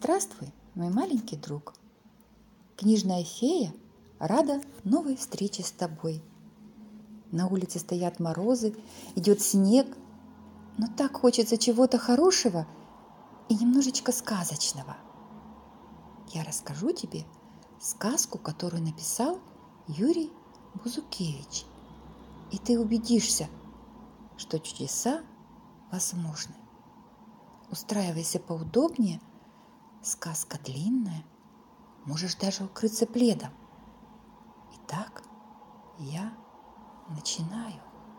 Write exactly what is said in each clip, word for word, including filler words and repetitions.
Здравствуй, мой маленький друг. Книжная фея рада новой встрече с тобой. На улице стоят морозы, идет снег, но так хочется чего-то хорошего и немножечко сказочного. Я расскажу тебе сказку, которую написал Юрий Бузукевич, и ты убедишься, что чудеса возможны. Устраивайся поудобнее, сказка длинная, можешь даже укрыться пледом. Итак, я начинаю.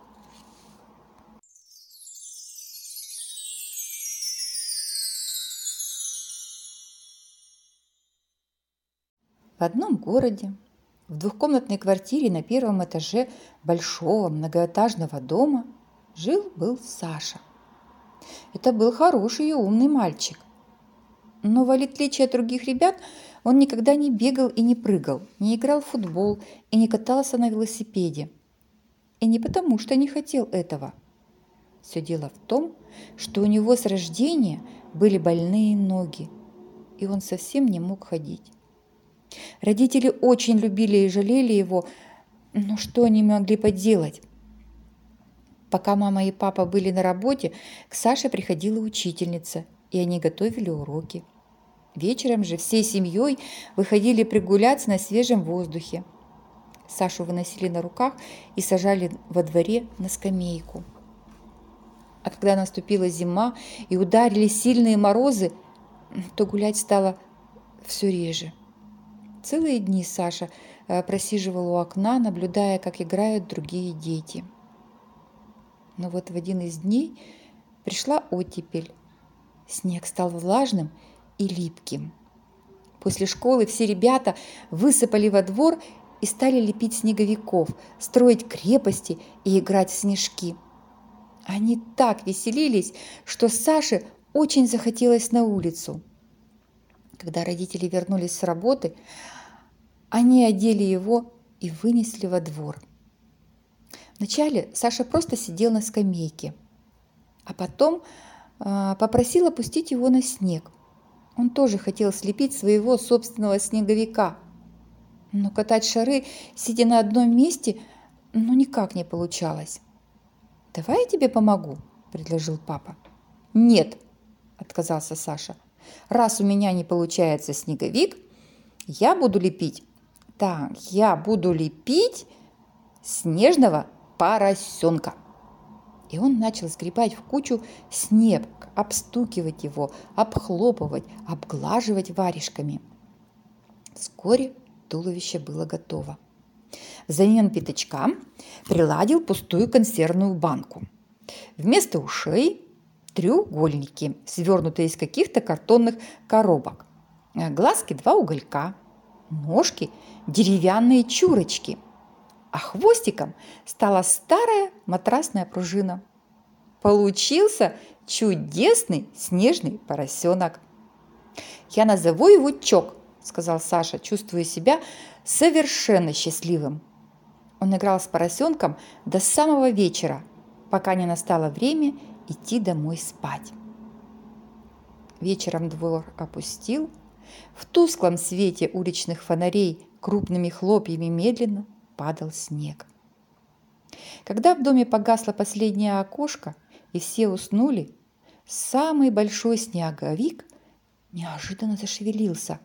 В одном городе, в двухкомнатной квартире на первом этаже большого многоэтажного дома жил-был Саша. Это был хороший и умный мальчик. Но в отличие от других ребят, он никогда не бегал и не прыгал, не играл в футбол и не катался на велосипеде. И не потому, что не хотел этого. Все дело в том, что у него с рождения были больные ноги, и он совсем не мог ходить. Родители очень любили и жалели его, но что они могли поделать? Пока мама и папа были на работе, к Саше приходила учительница, и они готовили уроки. Вечером же всей семьей выходили прогуляться на свежем воздухе. Сашу выносили на руках и сажали во дворе на скамейку. А когда наступила зима и ударили сильные морозы, то гулять стало все реже. Целые дни Саша просиживал у окна, наблюдая, как играют другие дети. Но вот в один из дней пришла оттепель. Снег стал влажным и липким. После школы все ребята высыпали во двор и стали лепить снеговиков, строить крепости и играть в снежки. Они так веселились, что Саше очень захотелось на улицу. Когда родители вернулись с работы, они одели его и вынесли во двор. Вначале Саша просто сидел на скамейке, а потом э, попросил опустить его на снег. Он тоже хотел слепить своего собственного снеговика. Но катать шары, сидя на одном месте, ну никак не получалось. «Давай я тебе помогу», – предложил папа. «Нет», – отказался Саша. «Раз у меня не получается снеговик, я буду лепить. Так, я буду лепить снежного поросенка». И он начал сгребать в кучу снег, обстукивать его, обхлопывать, обглаживать варежками. Вскоре туловище было готово. Взамен пятачка приладил пустую консервную банку. Вместо ушей треугольники, свернутые из каких-то картонных коробок. Глазки два уголька, ножки деревянные чурочки, а хвостиком стала старая матрасная пружина. Получился чудесный снежный поросенок. «Я назову его Чок», – сказал Саша, чувствуя себя совершенно счастливым. Он играл с поросенком до самого вечера, пока не настало время идти домой спать. Вечером двор опустил. В тусклом свете уличных фонарей крупными хлопьями медленно падал снег. Когда в доме погасло последнее окошко и все уснули, самый большой снеговик неожиданно зашевелился.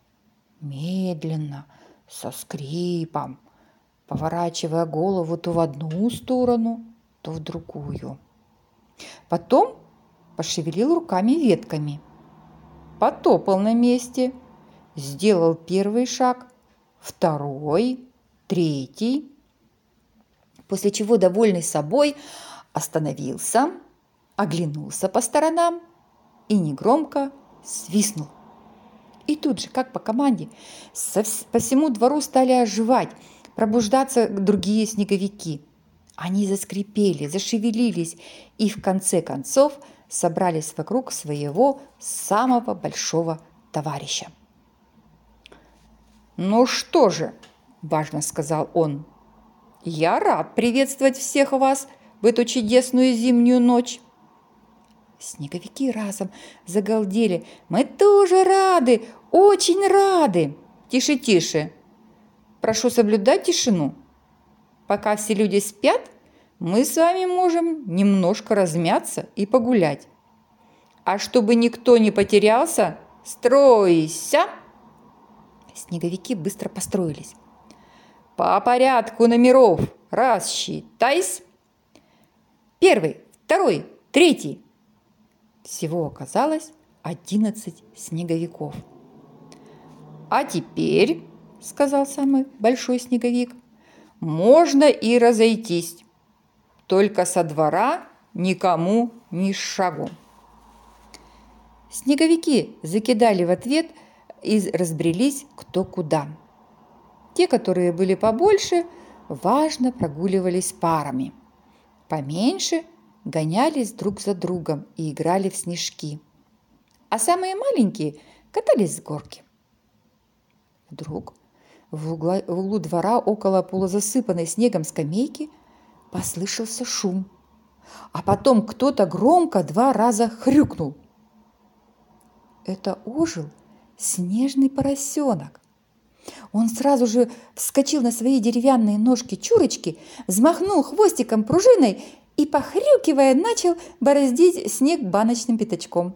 Медленно, со скрипом, поворачивая голову то в одну сторону, то в другую. Потом пошевелил руками ветками, потопал на месте, сделал первый шаг, второй, третий, после чего, довольный собой, остановился, оглянулся по сторонам и негромко свистнул. И тут же, как по команде, по всему двору стали оживать, пробуждаться другие снеговики. Они заскрипели, зашевелились и в конце концов собрались вокруг своего самого большого товарища. «Ну что же», – важно сказал он, – «я рад приветствовать всех вас в эту чудесную зимнюю ночь. Снеговики разом загалдели. «Мы тоже рады, очень рады!» «Тише, тише! Прошу соблюдать тишину. Пока все люди спят, мы с вами можем немножко размяться и погулять. А чтобы никто не потерялся, стройся!» Снеговики быстро построились. «По порядку номеров рассчитайся. Первый, второй, третий». Всего оказалось одиннадцать снеговиков. «А теперь, — сказал самый большой снеговик, — можно и разойтись. Только со двора никому ни шагу». Снеговики закидали в ответ и разбрелись кто куда. Те, которые были побольше, важно прогуливались парами. Поменьше гонялись друг за другом и играли в снежки. А самые маленькие катались с горки. Вдруг в, угла, в углу двора около полузасыпанной снегом скамейки послышался шум. А потом кто-то громко два раза хрюкнул. Это ожил снежный поросенок. Он сразу же вскочил на свои деревянные ножки-чурочки, взмахнул хвостиком пружиной и, похрюкивая, начал бороздить снег баночным пятачком.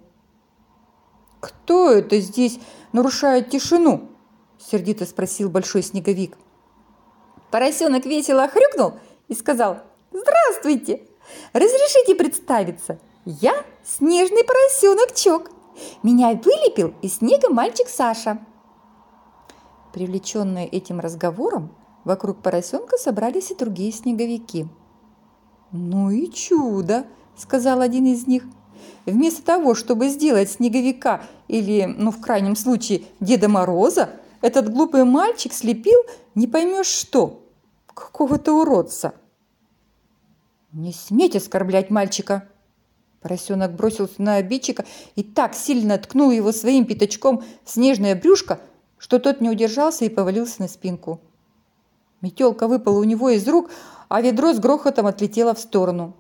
«Кто это здесь нарушает тишину?» – сердито спросил большой снеговик. Поросенок весело хрюкнул и сказал: «Здравствуйте! Разрешите представиться? Я снежный поросенок Чок. Меня вылепил из снега мальчик Саша». Привлеченные этим разговором, вокруг поросенка собрались и другие снеговики. «Ну и чудо!» – сказал один из них. «Вместо того, чтобы сделать снеговика или, ну в крайнем случае, Деда Мороза, этот глупый мальчик слепил не поймешь что, какого-то уродца». «Не сметь оскорблять мальчика!» Поросенок бросился на обидчика и так сильно ткнул его своим пятачком в снежное брюшко, что тот не удержался и повалился на спинку. Метелка выпала у него из рук, а ведро с грохотом отлетело в сторону.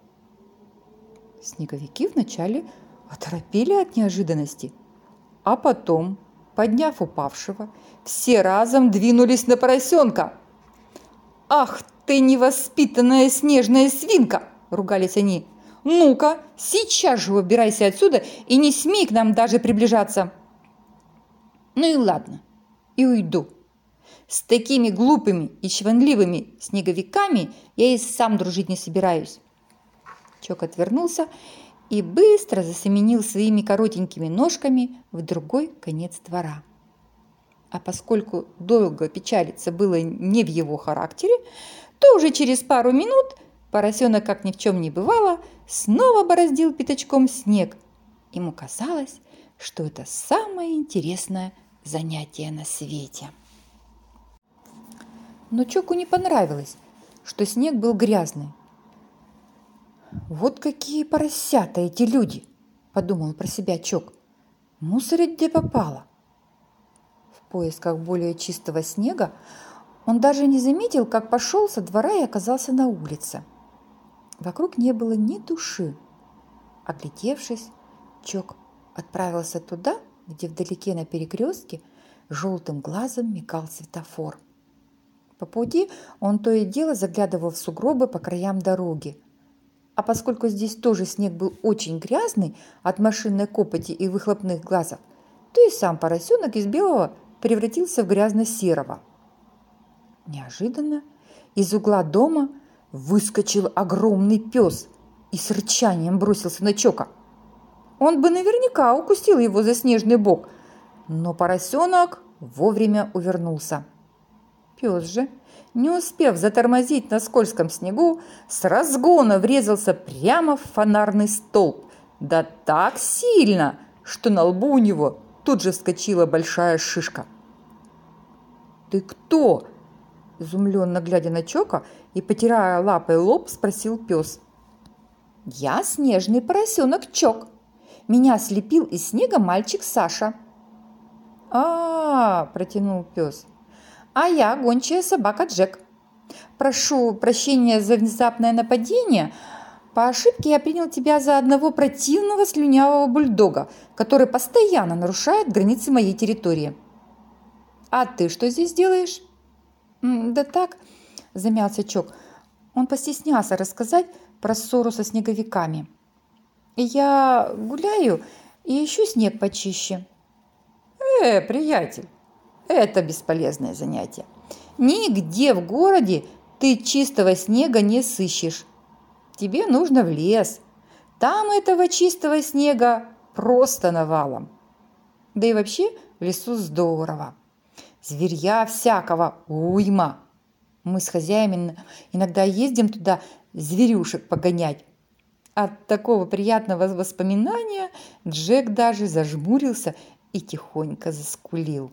Снеговики вначале оторопели от неожиданности, а потом, подняв упавшего, все разом двинулись на поросенка. «Ах ты, невоспитанная снежная свинка!» – ругались они. «Ну-ка, сейчас же убирайся отсюда и не смей к нам даже приближаться!» «Ну и ладно, и уйду. С такими глупыми и чванливыми снеговиками я и сам дружить не собираюсь». Чок отвернулся и быстро засеменил своими коротенькими ножками в другой конец двора. А поскольку долго печалиться было не в его характере, то уже через пару минут поросенок, как ни в чем не бывало, снова бороздил пятачком снег. Ему казалось, что это самое интересное занятие на свете. Но Чоку не понравилось, что снег был грязный. «Вот какие поросята эти люди!» – подумал про себя Чок. «Мусорить где попало». В поисках более чистого снега он даже не заметил, как пошел со двора и оказался на улице. Вокруг не было ни души. Оглядевшись, Чок отправился туда, где вдалеке на перекрестке желтым глазом мигал светофор. По пути он то и дело заглядывал в сугробы по краям дороги. А поскольку здесь тоже снег был очень грязный от машинной копоти и выхлопных газов, то и сам поросенок из белого превратился в грязно-серого. Неожиданно из угла дома выскочил огромный пес и с рычанием бросился на Чока. Он бы наверняка укусил его за снежный бок, но поросенок вовремя увернулся. Пес же, не успев затормозить на скользком снегу, с разгона врезался прямо в фонарный столб, да так сильно, что на лбу у него тут же вскочила большая шишка. «Ты кто?» – изумленно глядя на Чока и потирая лапой лоб, спросил пес. «Я снежный поросенок Чок. Меня слепил из снега мальчик Саша». «А-а-а!» – протянул пес. «А я гончая собака Джек. Прошу прощения за внезапное нападение, По ошибке я принял тебя за одного противного слюнявого бульдога, который постоянно нарушает границы моей территории. А ты что здесь делаешь? Да так, замялся Чок. Он постеснялся рассказать про ссору со снеговиками. Я гуляю и ищу снег почище. Э, приятель, это бесполезное занятие. Нигде в городе ты чистого снега не сыщешь. Тебе нужно в лес. Там этого чистого снега просто навалом. Да и вообще в лесу здорово. Зверья всякого уйма. Мы с хозяином иногда ездим туда зверюшек погонять. От такого приятного воспоминания Джек даже зажмурился и тихонько заскулил.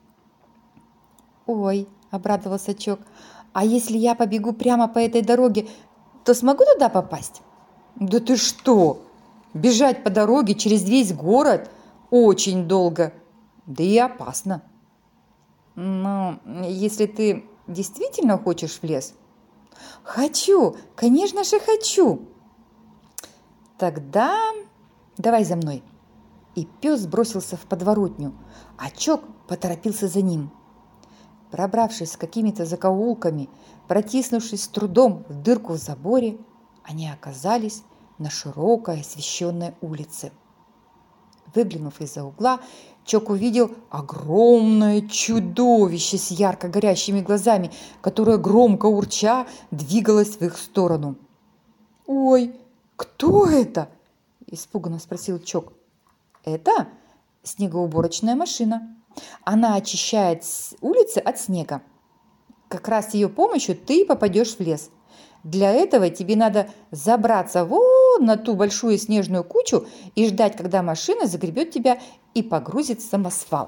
«Ой», – обрадовался Чок, – «а если я побегу прямо по этой дороге, то смогу туда попасть?» «Да ты что? Бежать по дороге через весь город очень долго, да и опасно». «Но если ты действительно хочешь в лес?» «Хочу, конечно же хочу!» «Тогда давай за мной!» И пес бросился в подворотню, а Чок поторопился за ним. Пробравшись какими-то закоулками, протиснувшись с трудом в дырку в заборе, они оказались на широкой освещенной улице. Выглянув из-за угла, Чок увидел огромное чудовище с ярко горящими глазами, которое, громко урча, двигалось в их сторону. «Ой, кто это?» – испуганно спросил Чок. «Это снегоуборочная машина. Она очищает улицы от снега. Как раз с ее помощью ты попадешь в лес. Для этого тебе надо забраться вон на ту большую снежную кучу и ждать, когда машина загребет тебя и погрузит в самосвал».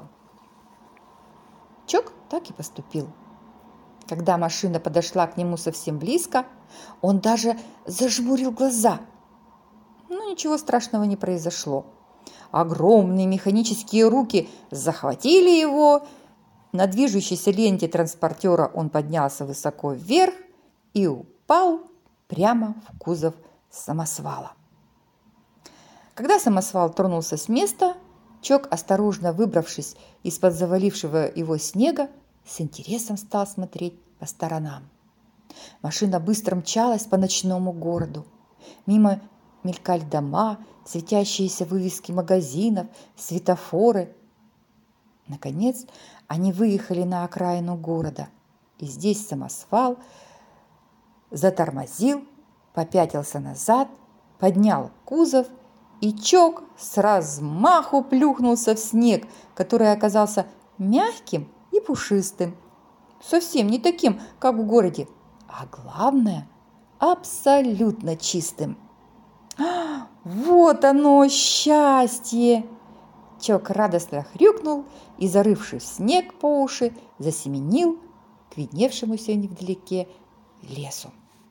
Чок так и поступил. Когда машина подошла к нему совсем близко, он даже зажмурил глаза. Но ничего страшного не произошло. Огромные механические руки захватили его. На движущейся ленте транспортера он поднялся высоко вверх и упал прямо в кузов самосвала. Когда самосвал тронулся с места, Чок, осторожно выбравшись из-под завалившего его снега, с интересом стал смотреть по сторонам. Машина быстро мчалась по ночному городу. Мимо мелькали дома, светящиеся вывески магазинов, светофоры. Наконец, они выехали на окраину города, и здесь самосвал затормозил, попятился назад, поднял кузов, и Чок с размаху плюхнулся в снег, который оказался мягким и пушистым, совсем не таким, как в городе, а главное, абсолютно чистым. «Вот оно, счастье!» Чок радостно хрюкнул и, зарывшись в снег по уши, засеменил к видневшемуся невдалеке лесу.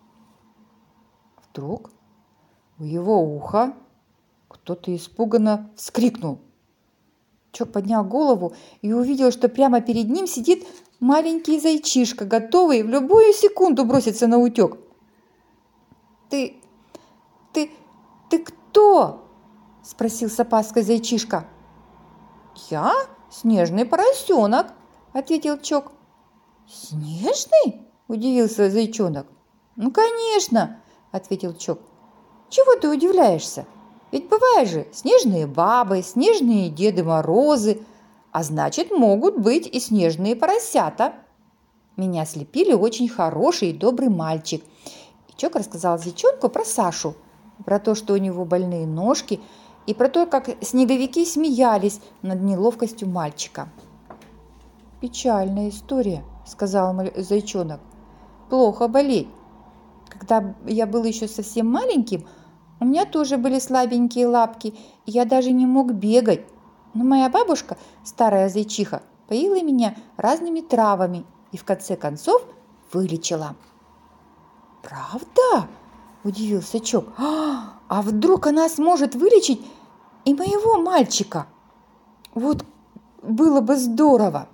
Вдруг у его уха кто-то испуганно вскрикнул. Чок поднял голову и увидел, что прямо перед ним сидит маленький зайчишка, готовый в любую секунду броситься на утек. «Ты, ты, ты кто?» – спросил с опаской зайчишка. «Я снежный поросенок», – ответил Чок. «Снежный?» – удивился зайчонок. «Ну, конечно», – ответил Чок. «Чего ты удивляешься? Ведь бывают же снежные бабы, снежные Деды Морозы, а значит, могут быть и снежные поросята. Меня слепили очень хороший и добрый мальчик». И Чок рассказал зайчонку про Сашу, про то, что у него больные ножки, и про то, как снеговики смеялись над неловкостью мальчика. «Печальная история», – сказал зайчонок. «Плохо болеть. Когда я был еще совсем маленьким, у меня тоже были слабенькие лапки, и я даже не мог бегать. Но моя бабушка, старая зайчиха, поила меня разными травами и в конце концов вылечила». «Правда?» – удивился Чок. «А, а вдруг она сможет вылечить и моего мальчика? Вот было бы здорово!»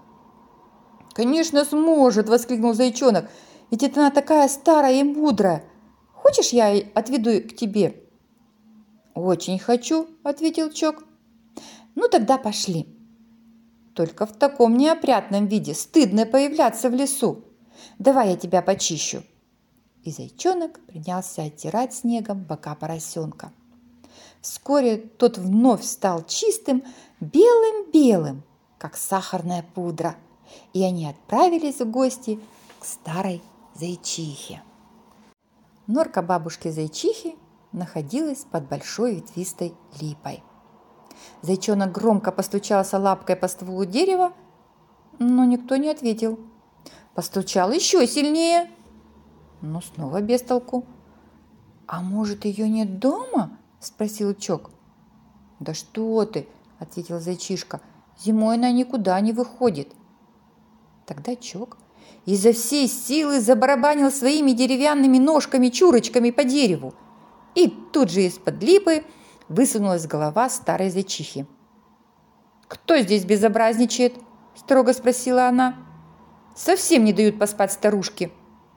«Конечно сможет!» – воскликнул зайчонок. «Ведь это она такая старая и мудрая. Хочешь, я отведу к тебе?» «Очень хочу», – ответил Чок. «Ну тогда пошли. Только в таком неопрятном виде стыдно появляться в лесу. Давай я тебя почищу». И зайчонок принялся оттирать снегом бока поросенка. Вскоре тот вновь стал чистым, белым-белым, как сахарная пудра, и они отправились в гости к старой зайчихе. Норка бабушки-зайчихи находилась под большой ветвистой липой. Зайчонок громко постучался лапкой по стволу дерева, но никто не ответил. Постучал еще сильнее, но снова без толку. «А может, ее нет дома?» – спросил Чок. «Да что ты!» – ответил зайчишка. «Зимой она никуда не выходит». Тогда Чок изо всей силы забарабанил своими деревянными ножками-чурочками по дереву, и тут же из-под липы высунулась голова старой зайчихи. «Кто здесь безобразничает?» – строго спросила она. «Совсем не дают поспать старушке».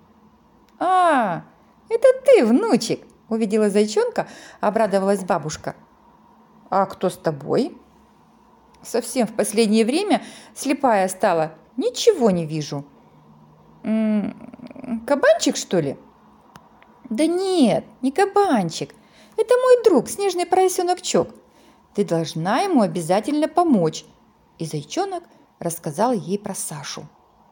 «А, это ты, внучек!» – увидела зайчонка, обрадовалась бабушка. «А кто с тобой?» «Совсем в последнее время слепая стала, ничего не вижу». «М-м, кабанчик, что ли?» «Да нет, не кабанчик. Это мой друг, снежный поросенок Чок. Ты должна ему обязательно помочь». И зайчонок рассказал ей про Сашу.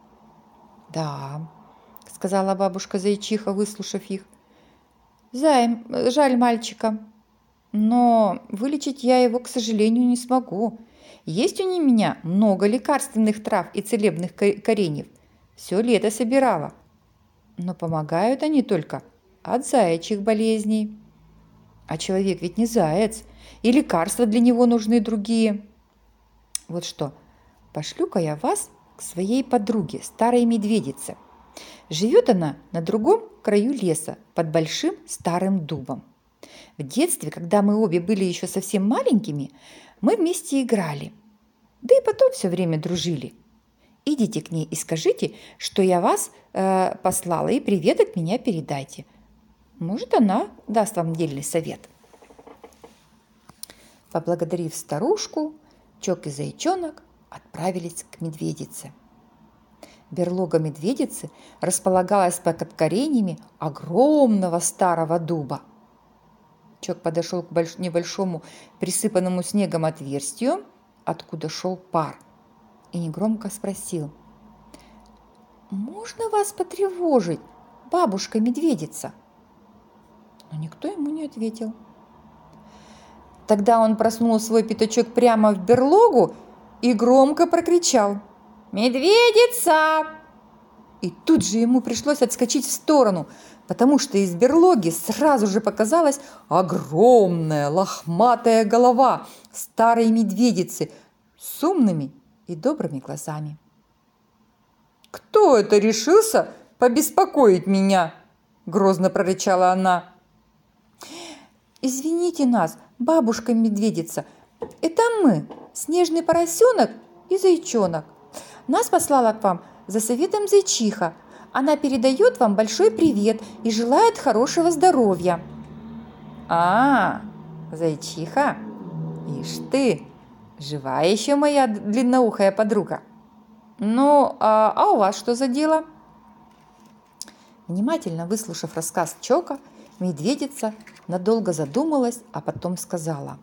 «Да», – сказала бабушка-зайчиха, выслушав их. «Зай, жаль мальчика, но вылечить я его, к сожалению, не смогу. Есть у меня много лекарственных трав и целебных кореньев. Все лето собирала. Но помогают они только от заячьих болезней. А человек ведь не заяц, и лекарства для него нужны другие. Вот что, пошлю-ка я вас к своей подруге, старой медведице. Живет она на другом краю леса, под большим старым дубом. В детстве, когда мы обе были еще совсем маленькими, мы вместе играли. Да и потом все время дружили. Идите к ней и скажите, что я вас э, послала, и привет от меня передайте. Может, она даст вам дельный совет». Поблагодарив старушку, Чок и зайчонок отправились к медведице. Берлога медведицы располагалась под кореньями огромного старого дуба. Чок подошел к больш... небольшому присыпанному снегом отверстию, откуда шел пар, и негромко спросил: «Можно вас потревожить, бабушка-медведица?» Но никто ему не ответил. Тогда он просунул свой пятачок прямо в берлогу и громко прокричал: «Медведица!» И тут же ему пришлось отскочить в сторону, потому что из берлоги сразу же показалась огромная лохматая голова старой медведицы с умными и добрыми глазами. «Кто это решился побеспокоить меня?» – грозно прорычала она. «Извините нас, бабушка-медведица, это мы, снежный поросенок и зайчонок. Нас послала к вам за советом зайчиха. Она передает вам большой привет и желает хорошего здоровья». «А, зайчиха? Ишь ты, живая еще моя длинноухая подруга. Ну, а, а у вас что за дело?» Внимательно выслушав рассказ Чока, медведица надолго задумалась, а потом сказала: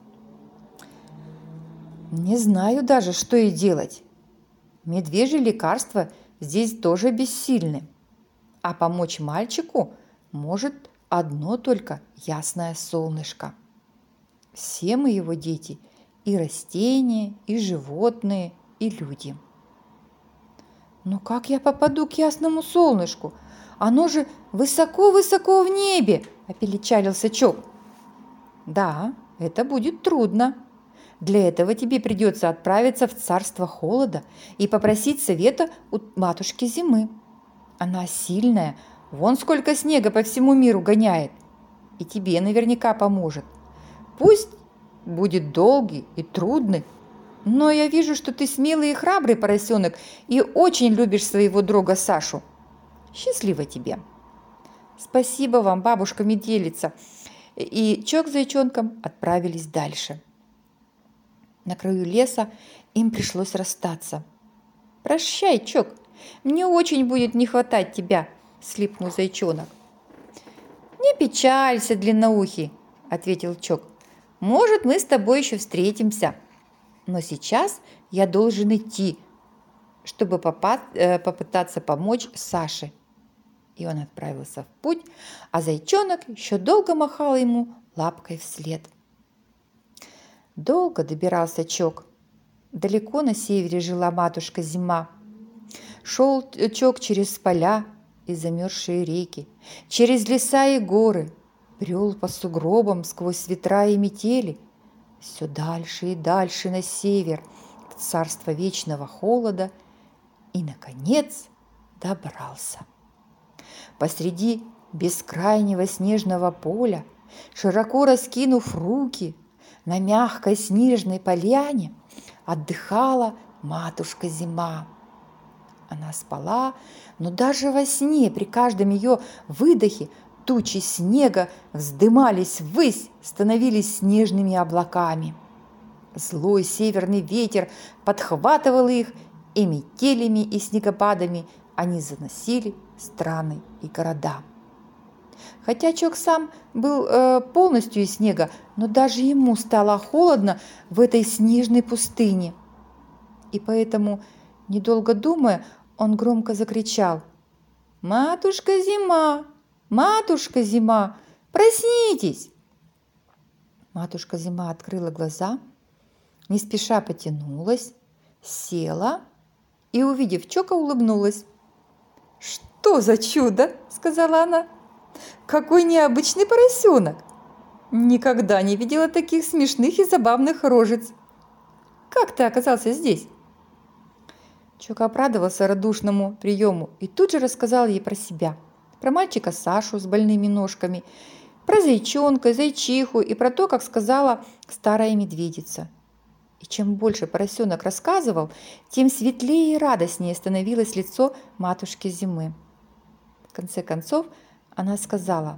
«Не знаю даже, что и делать. Медвежьи лекарства здесь тоже бессильны, а помочь мальчику может одно только ясное солнышко. Все мы его дети, и растения, и животные, и люди». «Но как я попаду к ясному солнышку? Оно же высоко-высоко в небе!» – опечалился Чок. «Да, это будет трудно. Для этого тебе придется отправиться в царство холода и попросить совета у матушки зимы. Она сильная, вон сколько снега по всему миру гоняет, и тебе наверняка поможет. Пусть будет долгий и трудный, но я вижу, что ты смелый и храбрый поросенок и очень любишь своего друга Сашу. Счастливо тебе!» Спасибо вам, бабушка-метелица. И Чок с Зайчонком отправились дальше. На краю леса им пришлось расстаться. «Прощай, Чок, мне очень будет не хватать тебя», – слипнул Зайчонок. «Не печалься, длинноухий», – ответил Чок. «Может, мы с тобой еще встретимся. Но сейчас я должен идти, чтобы попытаться помочь Саше». И он отправился в путь, а Зайчонок еще долго махал ему лапкой вслед. Долго добирался Чок. Далеко на севере жила матушка Зима. Шел Чок через поля и замерзшие реки, через леса и горы, брел по сугробам сквозь ветра и метели, все дальше и дальше на север, в царство вечного холода, и, наконец, добрался. Посреди бескрайнего снежного поля, широко раскинув руки, на мягкой снежной поляне отдыхала матушка Зима. Она спала, но даже во сне при каждом ее выдохе тучи снега вздымались ввысь, становились снежными облаками. Злой северный ветер подхватывал их, и метелями и снегопадами они заносили страны и города. Хотя Чок сам был э, полностью из снега, но даже ему стало холодно в этой снежной пустыне. И поэтому, недолго думая, он громко закричал: «Матушка Зима! Матушка Зима! Проснитесь!» Матушка Зима открыла глаза, не спеша потянулась, села и, увидев Чока, улыбнулась. «Что за чудо!» – сказала она. «Какой необычный поросенок! Никогда не видела таких смешных и забавных рожиц! Как ты оказался здесь?» Чок обрадовался радушному приему и тут же рассказал ей про себя, про мальчика Сашу с больными ножками, про зайчонка, зайчиху и про то, как сказала старая медведица. И чем больше поросенок рассказывал, тем светлее и радостнее становилось лицо матушки Зимы. В конце концов она сказала: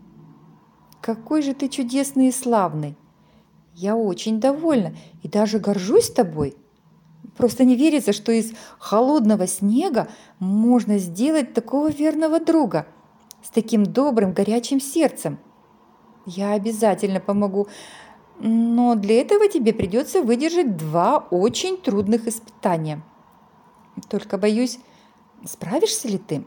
«Какой же ты чудесный и славный! Я очень довольна и даже горжусь тобой. Просто не верится, что из холодного снега можно сделать такого верного друга с таким добрым, горячим сердцем. Я обязательно помогу, но для этого тебе придется выдержать два очень трудных испытания. Только, боюсь, справишься ли ты?»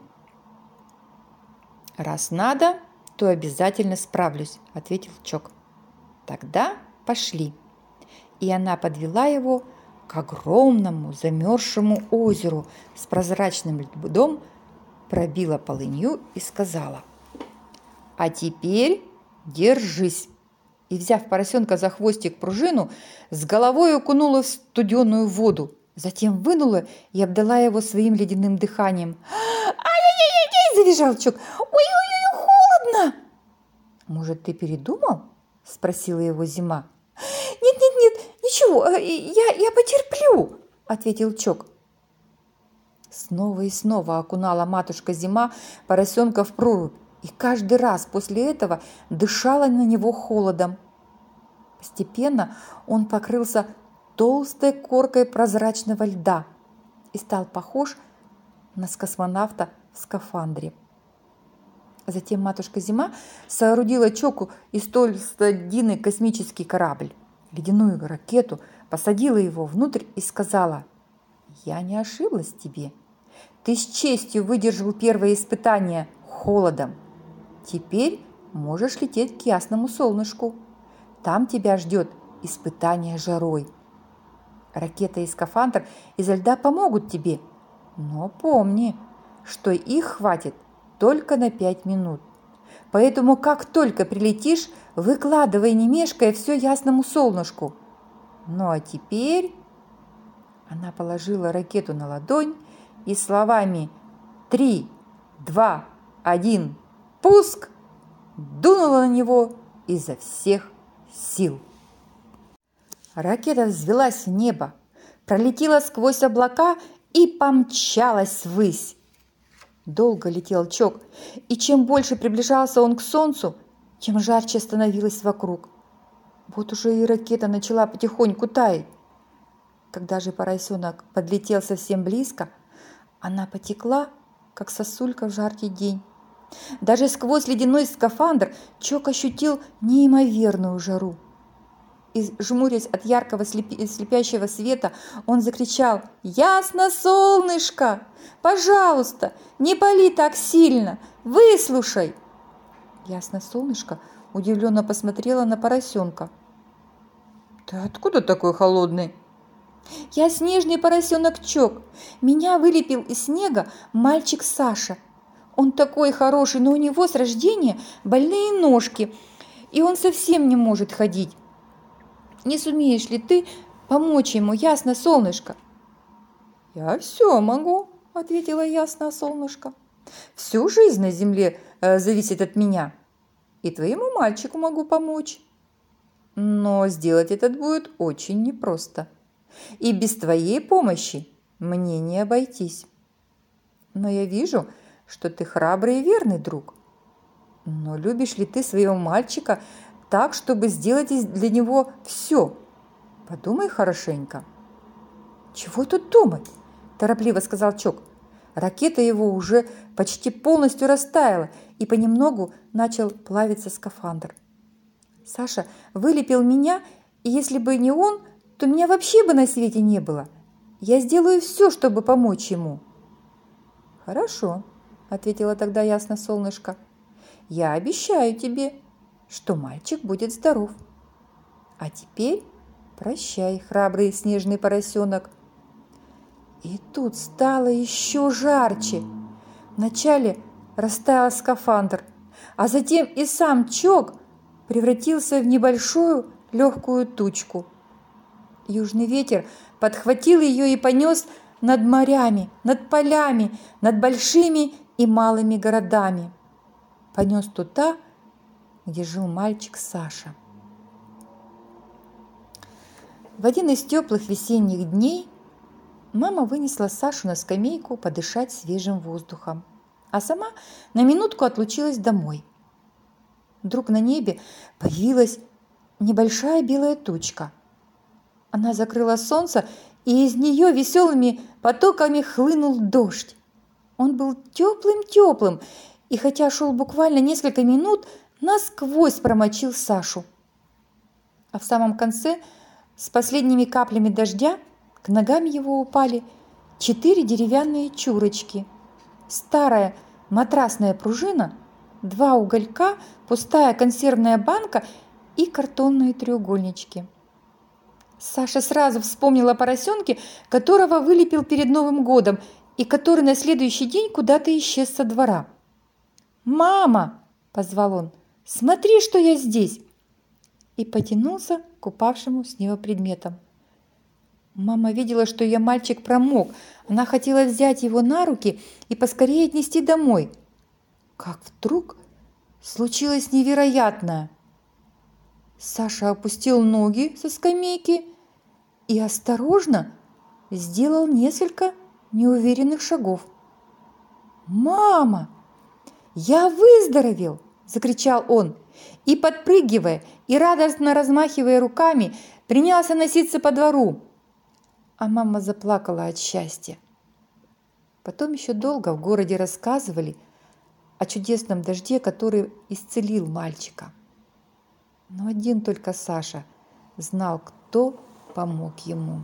«Раз надо, то обязательно справлюсь», – ответил Чок. «Тогда пошли». И она подвела его к огромному замерзшему озеру с прозрачным льдом, пробила полынью и сказала: «А теперь держись». И, взяв поросенка за хвостик пружину, с головой окунула в студеную воду, затем вынула и обдала его своим ледяным дыханием. «Ай-яй-яй-яй!» – завизжал Чок. «Ой-ой-ой, холодно!» «Может, ты передумал?» – спросила его Зима. «Нет-нет-нет, ничего, я, я потерплю», – ответил Чок. Снова и снова окунала матушка Зима поросенка в прорубь, и каждый раз после этого дышала на него холодом. Постепенно он покрылся толстой коркой прозрачного льда и стал похож на космонавта в скафандре. Затем матушка Зима соорудила Чоку из толстой длинный космический корабль, ледяную ракету, посадила его внутрь и сказала: «Я не ошиблась в тебе. Ты с честью выдержал первое испытание холодом. Теперь можешь лететь к ясному солнышку. Там тебя ждет испытание жарой. Ракета и скафандр изо льда помогут тебе, но помни, что их хватит только на пять минут. Поэтому, как только прилетишь, выкладывай, не мешкая, все ясному солнышку. Ну а теперь…» Она положила ракету на ладонь и словами «Три, два, один, пуск!» дунула на него изо всех сил. Ракета взвелась в небо, пролетела сквозь облака и помчалась ввысь. Долго летел Чок, и чем больше приближался он к солнцу, тем жарче становилось вокруг. Вот уже и ракета начала потихоньку таять. Когда же поросенок подлетел совсем близко, она потекла, как сосулька в жаркий день. Даже сквозь ледяной скафандр Чок ощутил неимоверную жару. И, жмурясь от яркого слепи- слепящего света, он закричал: «Ясно, солнышко! Пожалуйста, не пали так сильно! Выслушай!» Ясно, солнышко удивленно посмотрела на поросенка. «Ты откуда такой холодный?» «Я снежный поросенок Чок. Меня вылепил из снега мальчик Саша. Он такой хороший, но у него с рождения больные ножки, и он совсем не может ходить. Не сумеешь ли ты помочь ему, ясно, солнышко?» «Я все могу», — ответила ясно солнышко. «Всю жизнь на земле э, зависит от меня, и твоему мальчику могу помочь. Но сделать это будет очень непросто, и без твоей помощи мне не обойтись. Но я вижу, что ты храбрый и верный друг. Но любишь ли ты своего мальчика так, чтобы сделать для него все? Подумай хорошенько». «Чего тут думать?» – торопливо сказал Чок. Ракета его уже почти полностью растаяла, и понемногу начал плавиться скафандр. «Саша вылепил меня, и если бы не он, то меня вообще бы на свете не было. Я сделаю все, чтобы помочь ему». «Хорошо», – ответила тогда ясно солнышко. «Я обещаю тебе, что мальчик будет здоров. А теперь прощай, храбрый снежный поросенок». И тут стало еще жарче. Вначале растаял скафандр, а затем и сам Чок превратился в небольшую легкую тучку. Южный ветер подхватил ее и понес над морями, над полями, над большими и малыми городами. Понес туда, где жил мальчик Саша. В один из теплых весенних дней мама вынесла Сашу на скамейку подышать свежим воздухом, а сама на минутку отлучилась домой. Вдруг на небе появилась небольшая белая тучка. Она закрыла солнце, и из нее веселыми потоками хлынул дождь. Он был теплым-теплым, и хотя шел буквально несколько минут, насквозь промочил Сашу. А в самом конце, с последними каплями дождя, к ногам его упали четыре деревянные чурочки, старая матрасная пружина, два уголька, пустая консервная банка и картонные треугольнички. Саша сразу вспомнила о поросенке, которого вылепил перед Новым годом и который на следующий день куда-то исчез со двора. «Мама!» – позвал он. «Смотри, что я здесь!» И потянулся к упавшему с него предметам. Мама видела, что ее мальчик промок. Она хотела взять его на руки и поскорее отнести домой. Как вдруг случилось невероятное. Саша опустил ноги со скамейки и осторожно сделал несколько неуверенных шагов. «Мама, я выздоровел!» – закричал он и, подпрыгивая и радостно размахивая руками, принялся носиться по двору. А мама заплакала от счастья. Потом еще долго в городе рассказывали о чудесном дожде, который исцелил мальчика. Но один только Саша знал, кто помог ему.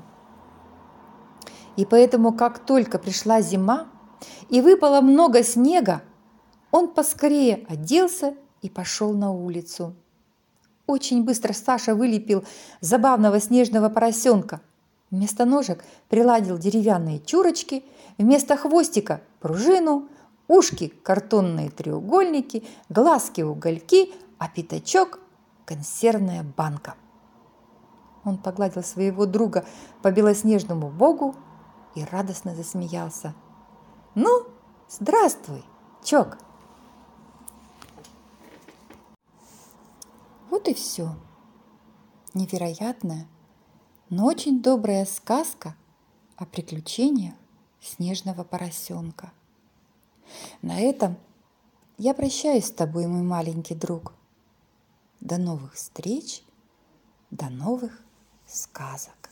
И поэтому, как только пришла зима и выпало много снега, он поскорее оделся и пошел на улицу. Очень быстро Саша вылепил забавного снежного поросенка. Вместо ножек приладил деревянные чурочки, вместо хвостика – пружину, ушки – картонные треугольники, глазки – угольки, а пятачок – консервная банка. Он погладил своего друга по белоснежному богу и радостно засмеялся. «Ну, здравствуй, Чок!» Вот и все. Невероятная, но очень добрая сказка о приключениях снежного поросенка. На этом я прощаюсь с тобой, мой маленький друг. До новых встреч, до новых сказок.